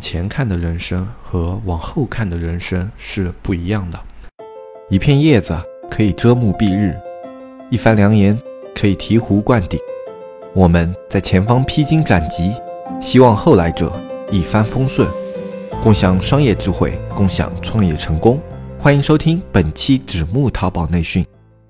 前看的人生和往后看的人生是不一样的。一片叶子可以遮目蔽日，一番良言可以醍醐灌顶。我们在前方披荆斩棘，希望后来者一帆风顺，共享商业智慧，共享创业成功。欢迎收听本期纸木淘宝内训。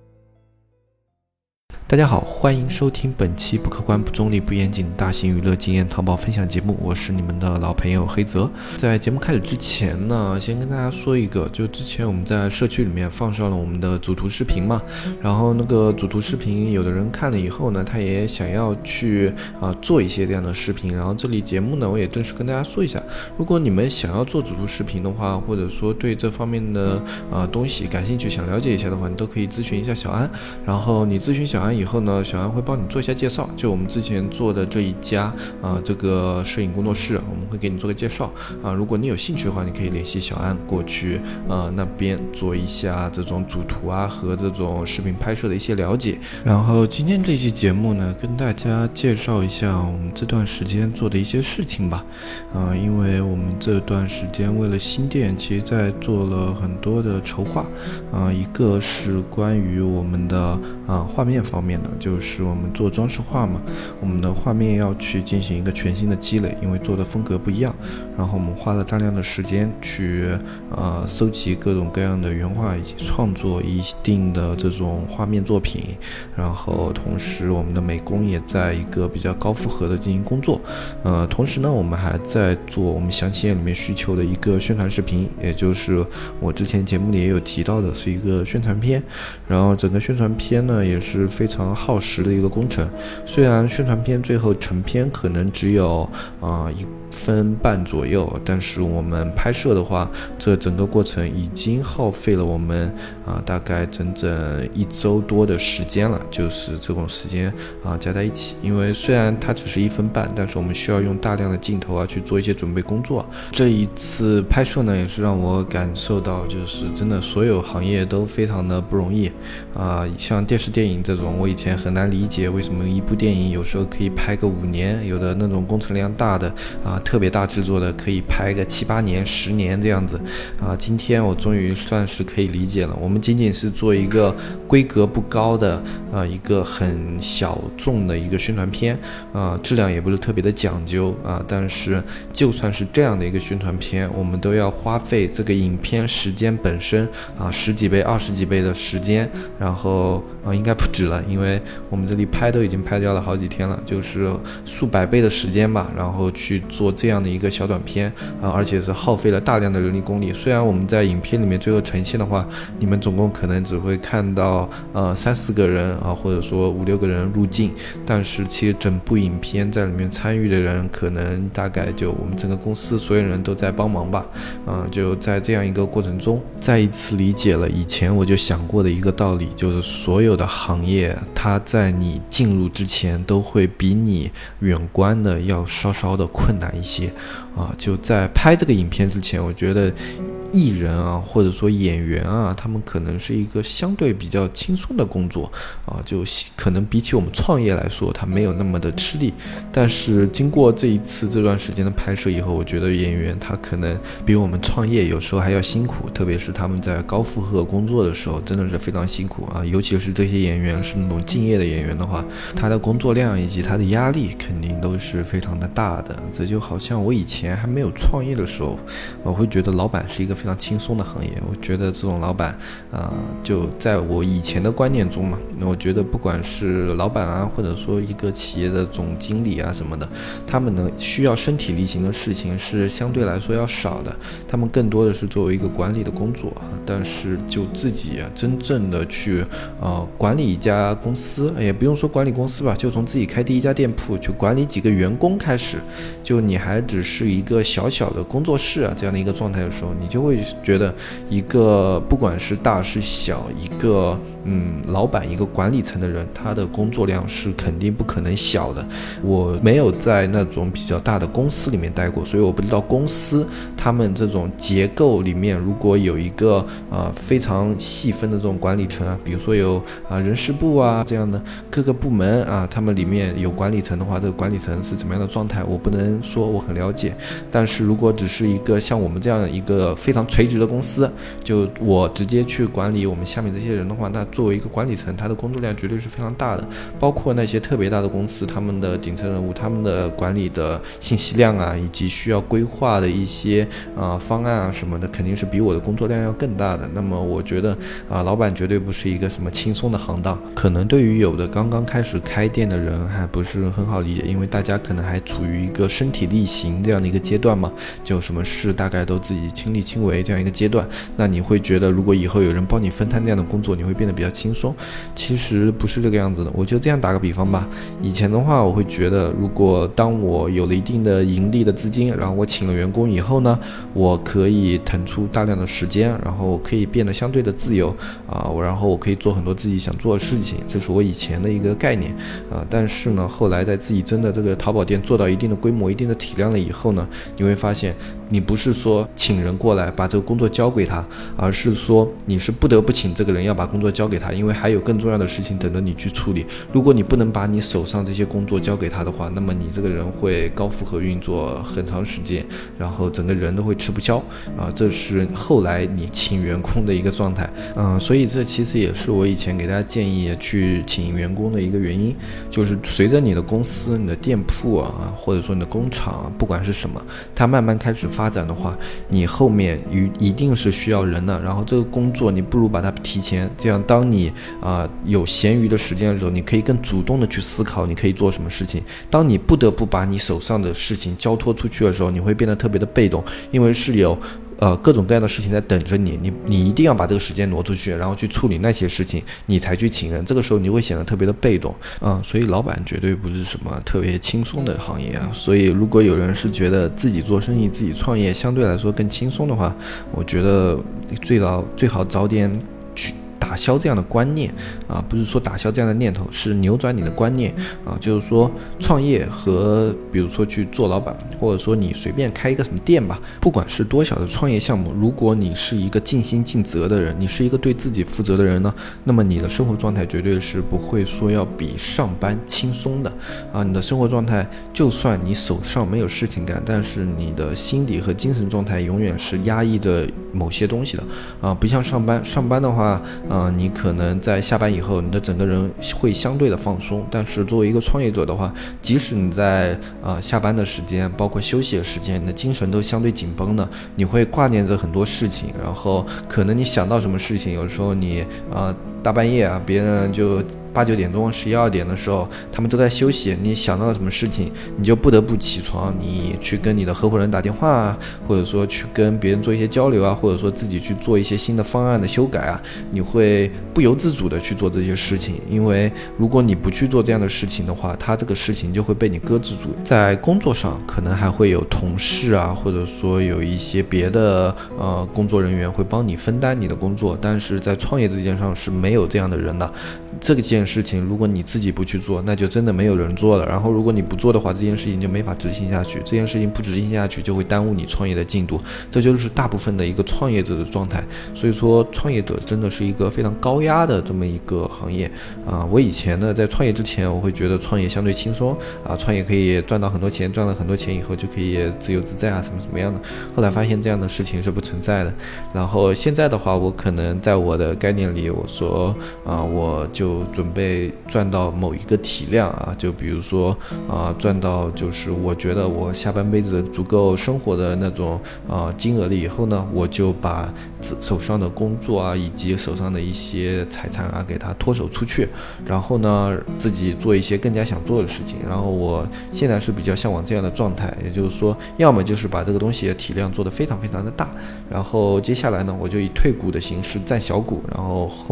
大家好，欢迎收听本期不客观、不中立、不严谨大型娱乐经验淘宝分享节目，我是你们的老朋友黑泽。在节目开始之前呢，先跟大家说一个，就之前我们在社区里面放上了我们的组图视频嘛，然后那个组图视频有的人看了以后呢，他也想要去做一些这样的视频，然后这里节目呢，我也正式跟大家说一下，如果你们想要做组图视频的话，或者说对这方面的东西感兴趣，想了解一下的话，你都可以咨询一下小安，然后你咨询小安以后呢，小安会帮你做一下介绍，就我们之前做的这一家这个摄影工作室，我们会给你做个介绍如果你有兴趣的话，你可以联系小安过去那边做一下这种主图和这种视频拍摄的一些了解。然后今天这期节目呢，跟大家介绍一下我们这段时间做的一些事情吧因为我们这段时间为了新店，其实在做了很多的筹划一个是关于我们的画面方面的，就是我们做装饰画嘛，我们的画面要去进行一个全新的积累，因为做的风格不一样，然后我们花了大量的时间去搜集各种各样的原画，以及创作一定的这种画面作品，然后同时我们的美工也在一个比较高负荷的进行工作同时呢，我们还在做我们详情页里面需求的一个宣传视频，也就是我之前节目里也有提到的，是一个宣传片，然后整个宣传片呢也是非常耗时的一个工程，虽然宣传片最后成片可能只有1分半左右，但是我们拍摄的话，这整个过程已经耗费了我们大概整整1周多的时间了，就是这种时间加在一起，因为虽然它只是1分半，但是我们需要用大量的镜头去做一些准备工作。这一次拍摄呢，也是让我感受到，就是真的所有行业都非常的不容易像电视电影这种，我以前很难理解为什么一部电影有时候可以拍个5年，有的那种工程量大的特别大制作的可以拍个7、8年、10年这样子今天我终于算是可以理解了，我们仅仅是做一个规格不高的一个很小众的一个宣传片质量也不是特别的讲究但是就算是这样的一个宣传片，我们都要花费这个影片时间本身10几倍、20几倍的时间，然后应该不止了，因为我们这里拍都已经拍掉了好几天了，就是数百倍的时间吧，然后去做这样的一个小短片而且是耗费了大量的人力功力。虽然我们在影片里面最后呈现的话，你们总共可能只会看到3、4个人或者说5、6个人入镜，但是其实整部影片在里面参与的人可能大概就我们整个公司所有人都在帮忙吧就在这样一个过程中，再一次理解了以前我就想过的一个道理，就是所有的行业它在你进入之前都会比你远观的要稍稍的困难一些就在拍这个影片之前，我觉得艺人或者说演员他们可能是一个相对比较轻松的工作就可能比起我们创业来说，它没有那么的吃力。但是经过这段时间的拍摄以后，我觉得演员他可能比我们创业有时候还要辛苦，特别是他们在高负荷工作的时候，真的是非常辛苦尤其是这些演员是那种敬业的演员的话，他的工作量以及他的压力肯定都是非常的大的。这就好像我以前还没有创业的时候，我会觉得老板是一个非常轻松的行业，我觉得这种老板就在我以前的观念中嘛，我觉得不管是老板或者说一个企业的总经理什么的，他们呢需要身体力行的事情是相对来说要少的，他们更多的是作为一个管理的工作但是就自己真正的去管理一家公司，也不用说管理公司吧，就从自己开第一家店铺去管理几个员工开始，就你还只是一个小小的工作室这样的一个状态的时候，你就会觉得一个不管是大是小，一个老板一个管理层的人，他的工作量是肯定不可能小的。我没有在那种比较大的公司里面待过，所以我不知道公司他们这种结构里面如果有一个非常细分的这种管理层比如说有人事部这样的各个部门他们里面有管理层的话，这个管理层是怎么样的状态我不能说我很了解。但是如果只是一个像我们这样一个非常垂直的公司，就我直接去管理我们下面这些人的话，那作为一个管理层，他的工作量绝对是非常大的。包括那些特别大的公司，他们的顶层人物，他们的管理的信息量以及需要规划的一些方案什么的，肯定是比我的工作量要更大的。那么我觉得老板绝对不是一个什么轻松的行当，可能对于有的刚刚开始开店的人还不是很好理解，因为大家可能还处于一个身体力行这样的一个阶段嘛，就什么事大概都自己亲力亲为这样一个阶段。那你会觉得如果以后有人帮你分摊这样的工作，你会变得比较轻松，其实不是这个样子的。我就这样打个比方吧，以前的话我会觉得，如果当我有了一定的盈利的资金，然后我请了员工以后呢，我可以腾出大量的时间，然后可以变得相对的自由然后我可以做很多自己想做的事情，这是我以前的一个概念但是呢，后来在自己真的这个淘宝店做到一定的规模一定的体量了以后呢，你会发现你不是说请人过来把这个工作交给他，而是说你是不得不请这个人要把工作交给他，因为还有更重要的事情等着你去处理。如果你不能把你手上这些工作交给他的话，那么你这个人会高负荷运作很长时间，然后整个人都会吃不消这是后来你请员工的一个状态所以这其实也是我以前给大家建议去请员工的一个原因，就是随着你的公司你的店铺或者说你的工厂不管是什么，它慢慢开始发展的话，你后面一定是需要人的，然后这个工作你不如把它提前，这样当你有闲余的时间的时候，你可以更主动的去思考你可以做什么事情。当你不得不把你手上的事情交托出去的时候，你会变得特别的被动，因为是有各种各样的事情在等着你一定要把这个时间挪出去，然后去处理那些事情，你才去请人，这个时候你会显得特别的被动所以老板绝对不是什么特别轻松的行业所以如果有人是觉得自己做生意自己创业相对来说更轻松的话，我觉得最好早点去打消这样的观念不是说打消这样的念头，是扭转你的观念就是说创业和比如说去做老板，或者说你随便开一个什么店吧，不管是多小的创业项目，如果你是一个尽心尽责的人，你是一个对自己负责的人呢，那么你的生活状态绝对是不会说要比上班轻松的你的生活状态就算你手上没有事情干，但是你的心理和精神状态永远是压抑的某些东西的不像上班的话你可能在下班以后你的整个人会相对的放松，但是作为一个创业者的话，即使你在下班的时间包括休息的时间，你的精神都相对紧绷的，你会挂念着很多事情，然后可能你想到什么事情，有时候你大半夜别人就8、9点钟11、12点的时候他们都在休息，你想到了什么事情你就不得不起床，你去跟你的合伙人打电话或者说去跟别人做一些交流或者说自己去做一些新的方案的修改你会不由自主的去做这些事情。因为如果你不去做这样的事情的话，它这个事情就会被你搁置住。在工作上可能还会有同事或者说有一些别的工作人员会帮你分担你的工作，但是在创业这件事上是没有这样的人的。这件事情如果你自己不去做，那就真的没有人做了，然后如果你不做的话，这件事情就没法执行下去，这件事情不执行下去就会耽误你创业的进度，这就是大部分的一个创业者的状态。所以说创业者真的是一个非常高压的这么一个行业我以前呢在创业之前我会觉得创业相对轻松创业可以赚到很多钱，赚了很多钱以后就可以自由自在什么样的，后来发现这样的事情是不存在的。然后现在的话，我可能在我的概念里我说我就准备赚到某一个体量就比如说赚到就是我觉得我下半辈子足够生活的那种金额了以后呢，我就把手上的工作以及手上的一些财产给它脱手出去，然后呢自己做一些更加想做的事情。然后我现在是比较向往这样的状态，也就是说要么就是把这个东西的体量做得非常非常的大，然后接下来呢我就以退股的形式占小股，然后后面拿分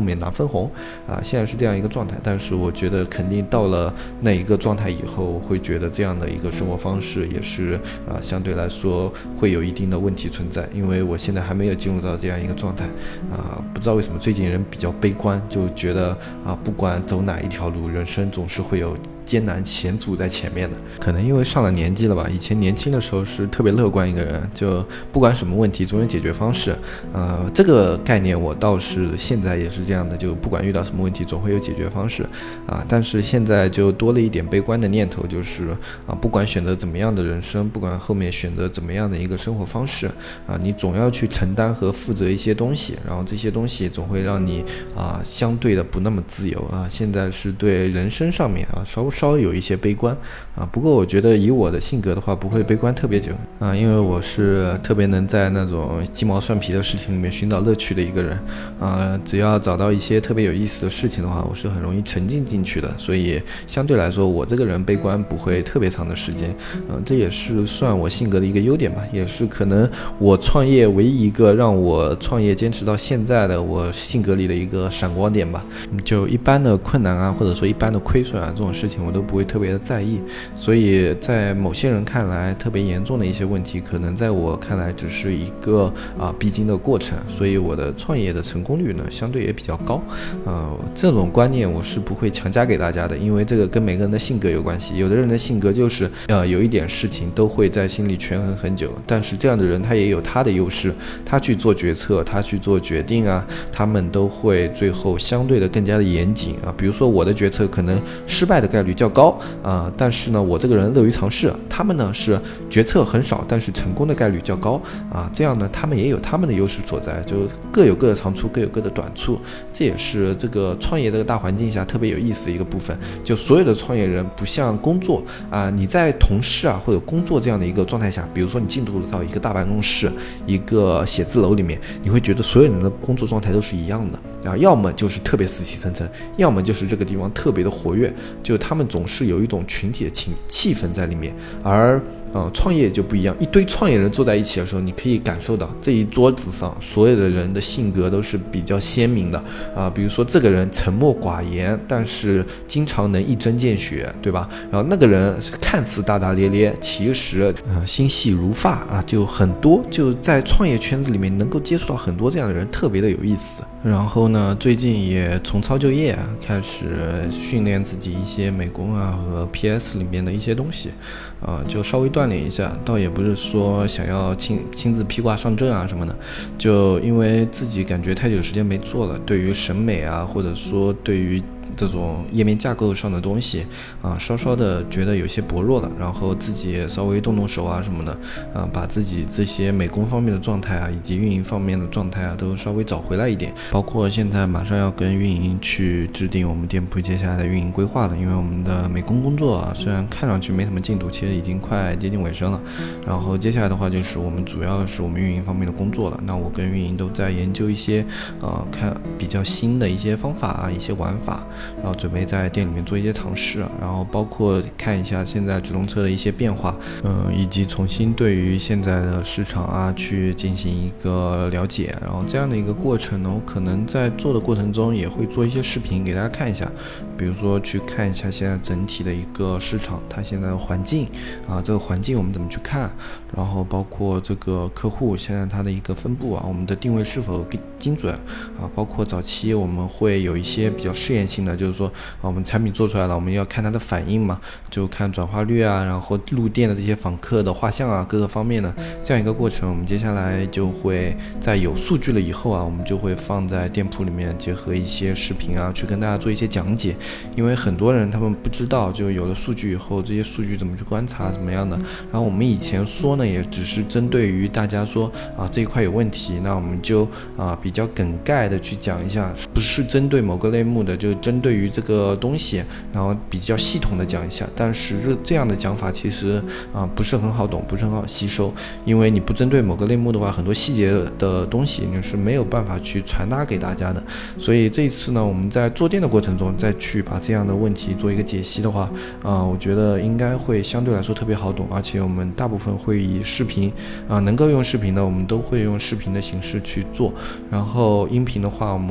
分红现在是这样一个状态。但是我觉得肯定到了那一个状态以后，我会觉得这样的一个生活方式也是相对来说会有一定的问题存在，因为我现在还没有进入到这样一个状态不知道为什么最近人比较悲观，就觉得不管走哪一条路，人生总是会有艰难险阻在前面的。可能因为上了年纪了吧，以前年轻的时候是特别乐观一个人，就不管什么问题总有解决方式这个概念我倒是现在也是这样的，就不管遇到什么问题总会有解决方式但是现在就多了一点悲观的念头，就是不管选择怎么样的人生，不管后面选择怎么样的一个生活方式你总要去承担和负责一些东西，然后这些东西总会让你相对的不那么自由现在是对人生上面稍微有一些悲观不过我觉得以我的性格的话不会悲观特别久因为我是特别能在那种鸡毛蒜皮的事情里面寻找乐趣的一个人只要找到一些特别有意思的事情的话，我是很容易沉浸进去的，所以相对来说我这个人悲观不会特别长的时间这也是算我性格的一个优点吧，也是可能我创业唯一一个让我创业坚持到现在的我性格里的一个闪光点吧。就一般的困难或者说一般的亏损这种事情我都不会特别的在意，所以在某些人看来特别严重的一些问题，可能在我看来只是一个必经的过程，所以我的创业的成功率呢相对也比较高这种观念我是不会强加给大家的，因为这个跟每个人的性格有关系，有的人的性格就是有一点事情都会在心里权衡很久，但是这样的人他也有他的优势，他去做决策，他去做决定他们都会最后相对的更加的严谨比如说我的决策可能失败的概率较高但是呢我这个人乐于尝试，他们呢是决策很少但是成功的概率较高这样呢他们也有他们的优势所在，就各有各的长处，各有各的短处，这也是这个创业这个大环境下特别有意思的一个部分。就所有的创业人不像工作你在同事或者工作这样的一个状态下，比如说你进入到一个大办公室，一个写字楼里面，你会觉得所有人的工作状态都是一样的要么就是特别死气沉沉，要么就是这个地方特别的活跃，就他们总是有一种群体的气氛在里面。而创业就不一样，一堆创业人坐在一起的时候，你可以感受到这一桌子上所有的人的性格都是比较鲜明的比如说这个人沉默寡言，但是经常能一针见血，对吧？然后那个人看似大大咧咧，其实心细如发就很多，就在创业圈子里面能够接触到很多这样的人，特别的有意思。然后呢，最近也重操旧业开始训练自己一些美工和 PS 里面的一些东西就稍微锻炼一下，倒也不是说想要亲自披挂上阵什么的，就因为自己感觉太久时间没做了，对于审美或者说对于这种页面架构上的东西稍稍的觉得有些薄弱了，然后自己也稍微动手什么的把自己这些美工方面的状态以及运营方面的状态都稍微找回来一点。包括现在马上要跟运营去制定我们店铺接下来的运营规划了，因为我们的美工工作虽然看上去没什么进度，其实已经快接近尾声了。然后接下来的话就是我们主要是我们运营方面的工作了，那我跟运营都在研究一些看比较新的一些方法一些玩法，然后准备在店里面做一些尝试然后包括看一下现在直通车的一些变化以及重新对于现在的市场去进行一个了解。然后这样的一个过程呢，我可能在做的过程中也会做一些视频给大家看一下，比如说去看一下现在整体的一个市场，它现在的环境这个环境我们怎么去看，然后包括这个客户现在它的一个分布我们的定位是否精准包括早期我们会有一些比较试验性的，就是说我们产品做出来了，我们要看它的反应嘛，就看转化率然后入店的这些访客的画像各个方面的这样一个过程。我们接下来就会在有数据了以后我们就会放在店铺里面，结合一些视频去跟大家做一些讲解，因为很多人他们不知道，就有了数据以后这些数据怎么去观察怎么样的。然后我们以前说呢，也只是针对于大家说这一块有问题，那我们就比较梗概的去讲一下，不是针对某个类目的，就针对于这个东西，然后比较系统的讲一下。但是这样的讲法其实不是很好懂，不是很好吸收，因为你不针对某个类目的话，很多细节的东西你是没有办法去传达给大家的。所以这一次呢，我们在做店的过程中再去把这样的问题做一个解析的话我觉得应该会相对来说特别好懂，而且我们大部分会以视频能够用视频的我们都会用视频的形式去做，然后音频的话我们会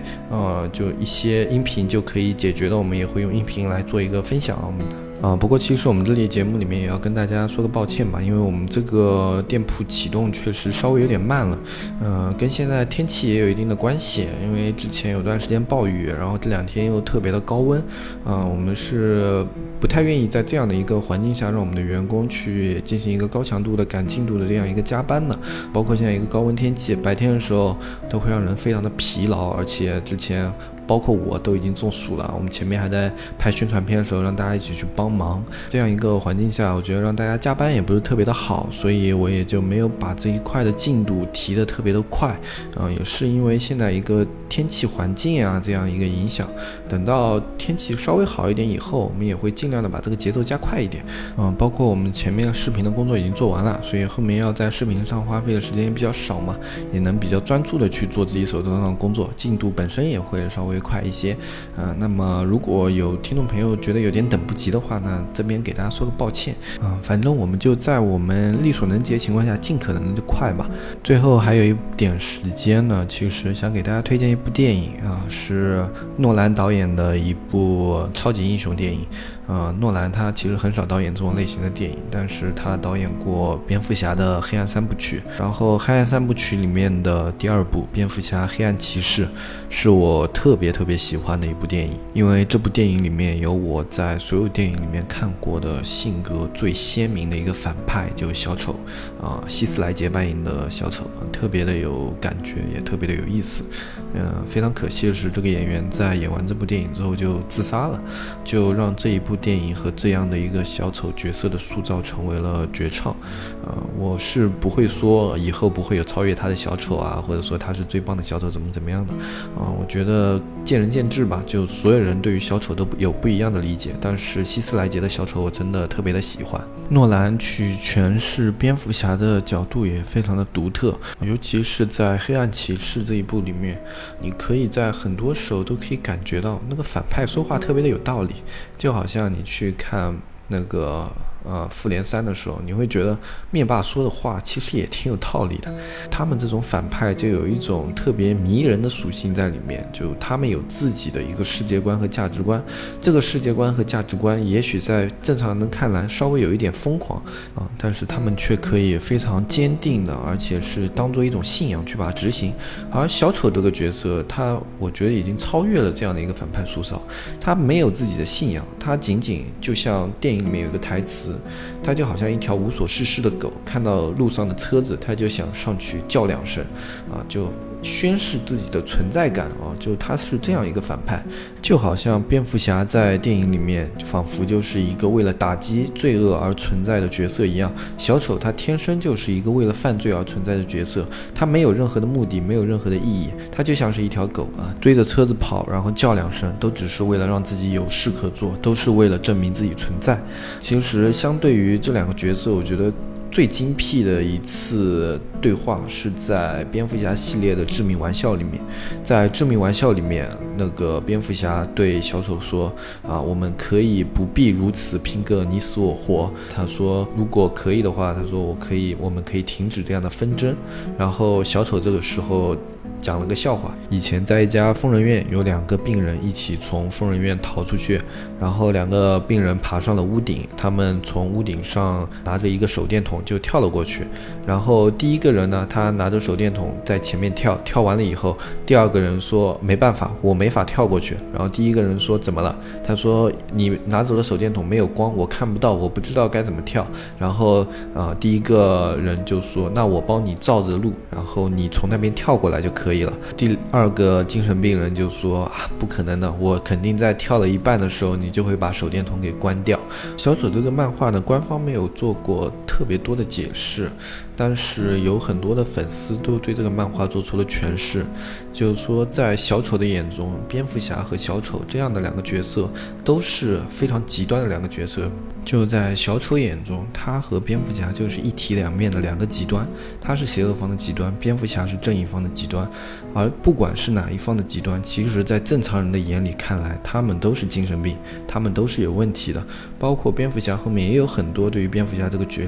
就一些音频就可以解决的，我们也会用音频来做一个分享。不过其实我们这里节目里面也要跟大家说个抱歉吧，因为我们这个店铺启动确实稍微有点慢了，跟现在天气也有一定的关系，因为之前有段时间暴雨，然后这2天又特别的高温，我们是不太愿意在这样的一个环境下让我们的员工去进行一个高强度的赶进度的这样一个加班的，包括现在一个高温天气，白天的时候都会让人非常的疲劳，而且之前包括我都已经中暑了，我们前面还在拍宣传片的时候让大家一起去帮忙，这样一个环境下，我觉得让大家加班也不是特别的好，所以我也就没有把这一块的进度提得特别的快，也是因为现在一个天气环境这样一个影响，等到天气稍微好一点以后，我们也会尽量的把这个节奏加快一点，包括我们前面视频的工作已经做完了，所以后面要在视频上花费的时间也比较少嘛，也能比较专注的去做自己手头上的工作，进度本身也会稍微快一些，那么如果有听众朋友觉得有点等不及的话呢，这边给大家说个抱歉，反正我们就在我们力所能及的情况下尽可能的快吧。最后还有一点时间呢，其实想给大家推荐一部电影是诺兰导演的一部超级英雄电影。诺兰他其实很少导演这种类型的电影，但是他导演过蝙蝠侠的黑暗3部曲，然后黑暗3部曲里面的第2部蝙蝠侠黑暗骑士是我特别喜欢的一部电影，因为这部电影里面有我在所有电影里面看过的性格最鲜明的一个反派，就是小丑希斯莱杰扮演的小丑，特别的有感觉，也特别的有意思。非常可惜的是，这个演员在演完这部电影之后就自杀了，就让这一部电影和这样的一个小丑角色的塑造成为了绝唱。我是不会说以后不会有超越他的小丑或者说他是最棒的小丑怎么样的我觉得见仁见智吧，就所有人对于小丑都有不一样的理解，但是希斯莱杰的小丑我真的特别的喜欢。诺兰去诠释蝙蝠侠的角度也非常的独特，尤其是在黑暗骑士这一部里面，你可以在很多时候都可以感觉到那个反派说话特别的有道理，就好像你去看那个复联3的时候，你会觉得灭霸说的话其实也挺有道理的。他们这种反派就有一种特别迷人的属性在里面，就他们有自己的一个世界观和价值观，这个世界观和价值观也许在正常人看来稍微有一点疯狂但是他们却可以非常坚定的，而且是当做一种信仰去把它执行。而小丑这个角色，我觉得已经超越了这样的一个反派塑造，他没有自己的信仰，他仅仅就像电影里面有一个台词，他就好像一条无所事事的狗，看到路上的车子他就想上去叫2声就宣示自己的存在感就他是这样一个反派，就好像蝙蝠侠在电影里面仿佛就是一个为了打击罪恶而存在的角色一样，小丑他天生就是一个为了犯罪而存在的角色，他没有任何的目的，没有任何的意义，他就像是一条狗追着车子跑，然后叫2声，都只是为了让自己有事可做，都是为了证明自己存在。其实相对于这2个角色，我觉得最精辟的一次对话是在蝙蝠侠系列的致命玩笑里面。在致命玩笑里面，那个蝙蝠侠对小丑说我们可以不必如此拼个你死我活，他说如果可以的话，他说我们可以停止这样的纷争。然后小丑这个时候讲了个笑话，以前在一家疯人院，有2个病人一起从疯人院逃出去，然后2个病人爬上了屋顶，他们从屋顶上拿着一个手电筒就跳了过去，然后第一个人呢，他拿着手电筒在前面跳完了以后，第2个人说没办法，我没法跳过去，然后第一个人说怎么了，他说你拿走了手电筒没有光，我看不到，我不知道该怎么跳，然后第一个人就说那我帮你照着路，然后你从那边跳过来就可以了。第2个精神病人就说不可能的，我肯定在跳了一半的时候你就会把手电筒给关掉。小丑这个漫画呢，官方没有做过特别多的解释，但是有很多的粉丝都对这个漫画做出了诠释，就是说在小丑的眼中，蝙蝠侠和小丑这样的2个角色都是非常极端的2个角色，就在小丑眼中，他和蝙蝠侠就是一体两面的2个极端，他是邪恶方的极端，蝙蝠侠是正义方的极端。而不管是哪一方的极端，其实在正常人的眼里看来，他们都是精神病，他们都是有问题的。包括蝙蝠侠后面也有很多对于蝙蝠侠这个角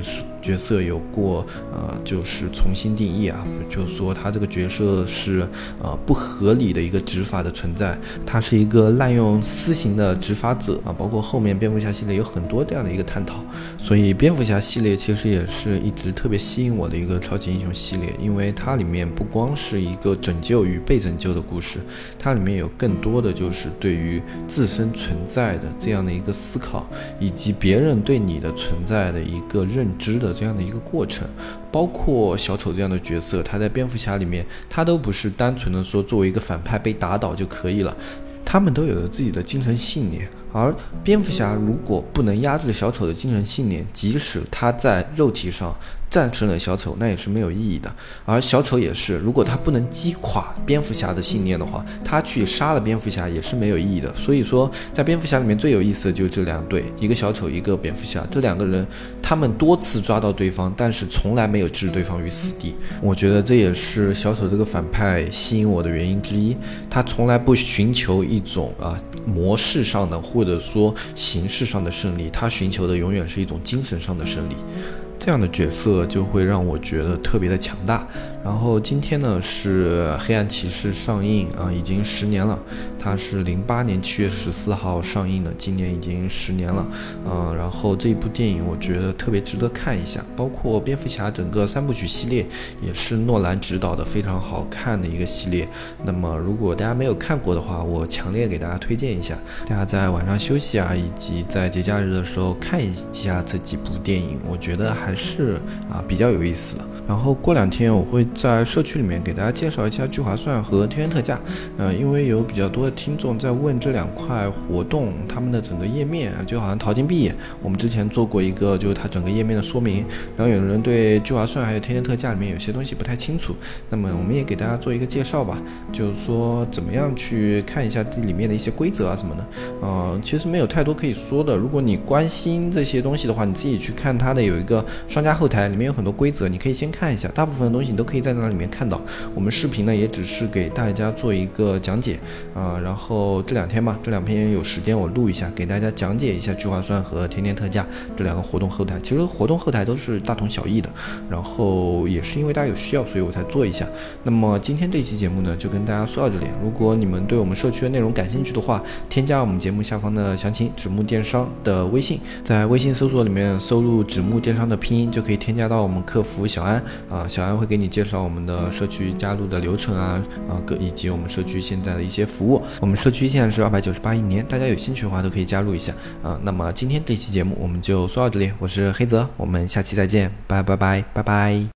角色有过就是重新定义啊，就是说他这个角色是不合理的一个执法的存在，他是一个滥用私刑的执法者啊，包括后面蝙蝠侠系列有很多这样的一个探讨，所以蝙蝠侠系列其实也是一直特别吸引我的一个超级英雄系列，因为它里面不光是一个拯救与被拯救的故事，它里面有更多的就是对于自身存在的这样的一个思考，以及别人对你的存在的一个认知的这样的一个过程。包括小丑这样的角色，他在蝙蝠侠里面他都不是单纯的说作为一个反派被打倒就可以了，他们都有着自己的精神信念，而蝙蝠侠如果不能压制小丑的精神信念，即使他在肉体上战胜了小丑，那也是没有意义的。而小丑也是，如果他不能击垮蝙蝠侠的信念的话，他去杀了蝙蝠侠也是没有意义的。所以说在蝙蝠侠里面最有意思的就是这两对，一个小丑一个蝙蝠侠，这两个人他们多次抓到对方，但是从来没有置对方于死地。我觉得这也是小丑这个反派吸引我的原因之一，他从来不寻求一种模式上的或者说形式上的胜利，他寻求的永远是一种精神上的胜利。这样的角色就会让我觉得特别的强大。然后今天呢是黑暗骑士上映已经10年了，它是08年7月14号上映的，今年已经10年了。然后这一部电影我觉得特别值得看一下，包括蝙蝠侠整个3部曲系列也是诺兰执导的非常好看的一个系列。那么如果大家没有看过的话，我强烈给大家推荐一下，大家在晚上休息以及在节假日的时候看一下这几部电影，我觉得还是比较有意思的。然后过2天我会在社区里面给大家介绍一下聚划算和天元特价，因为有比较多的听众在问这2块活动他们的整个页面，就好像淘金币，我们之前做过一个就是它整个页面的说明，然后有人对聚划算还有天元特价里面有些东西不太清楚，那么我们也给大家做一个介绍吧，就是说怎么样去看一下这里面的一些规则什么的。其实没有太多可以说的，如果你关心这些东西的话，你自己去看它的有一个商家后台，里面有很多规则，你可以先看一下，大部分的东西你都可以在那里面看到。我们视频呢也只是给大家做一个讲解然后这2天吧，这2篇有时间我录一下，给大家讲解一下聚划算和天天特价这2个活动后台。其实活动后台都是大同小异的，然后也是因为大家有需要，所以我才做一下。那么今天这期节目呢就跟大家说到这里，如果你们对我们社区的内容感兴趣的话，添加我们节目下方的详情指木电商的微信，在微信搜索里面搜入指木电商的拼音，就可以添加到我们客服小安小安会给你介绍我们的社区加入的流程以及我们社区现在的一些服务。我们社区现在是298一年，大家有兴趣的话都可以加入一下那么今天这期节目我们就说到这里，我是黑泽，我们下期再见，拜拜。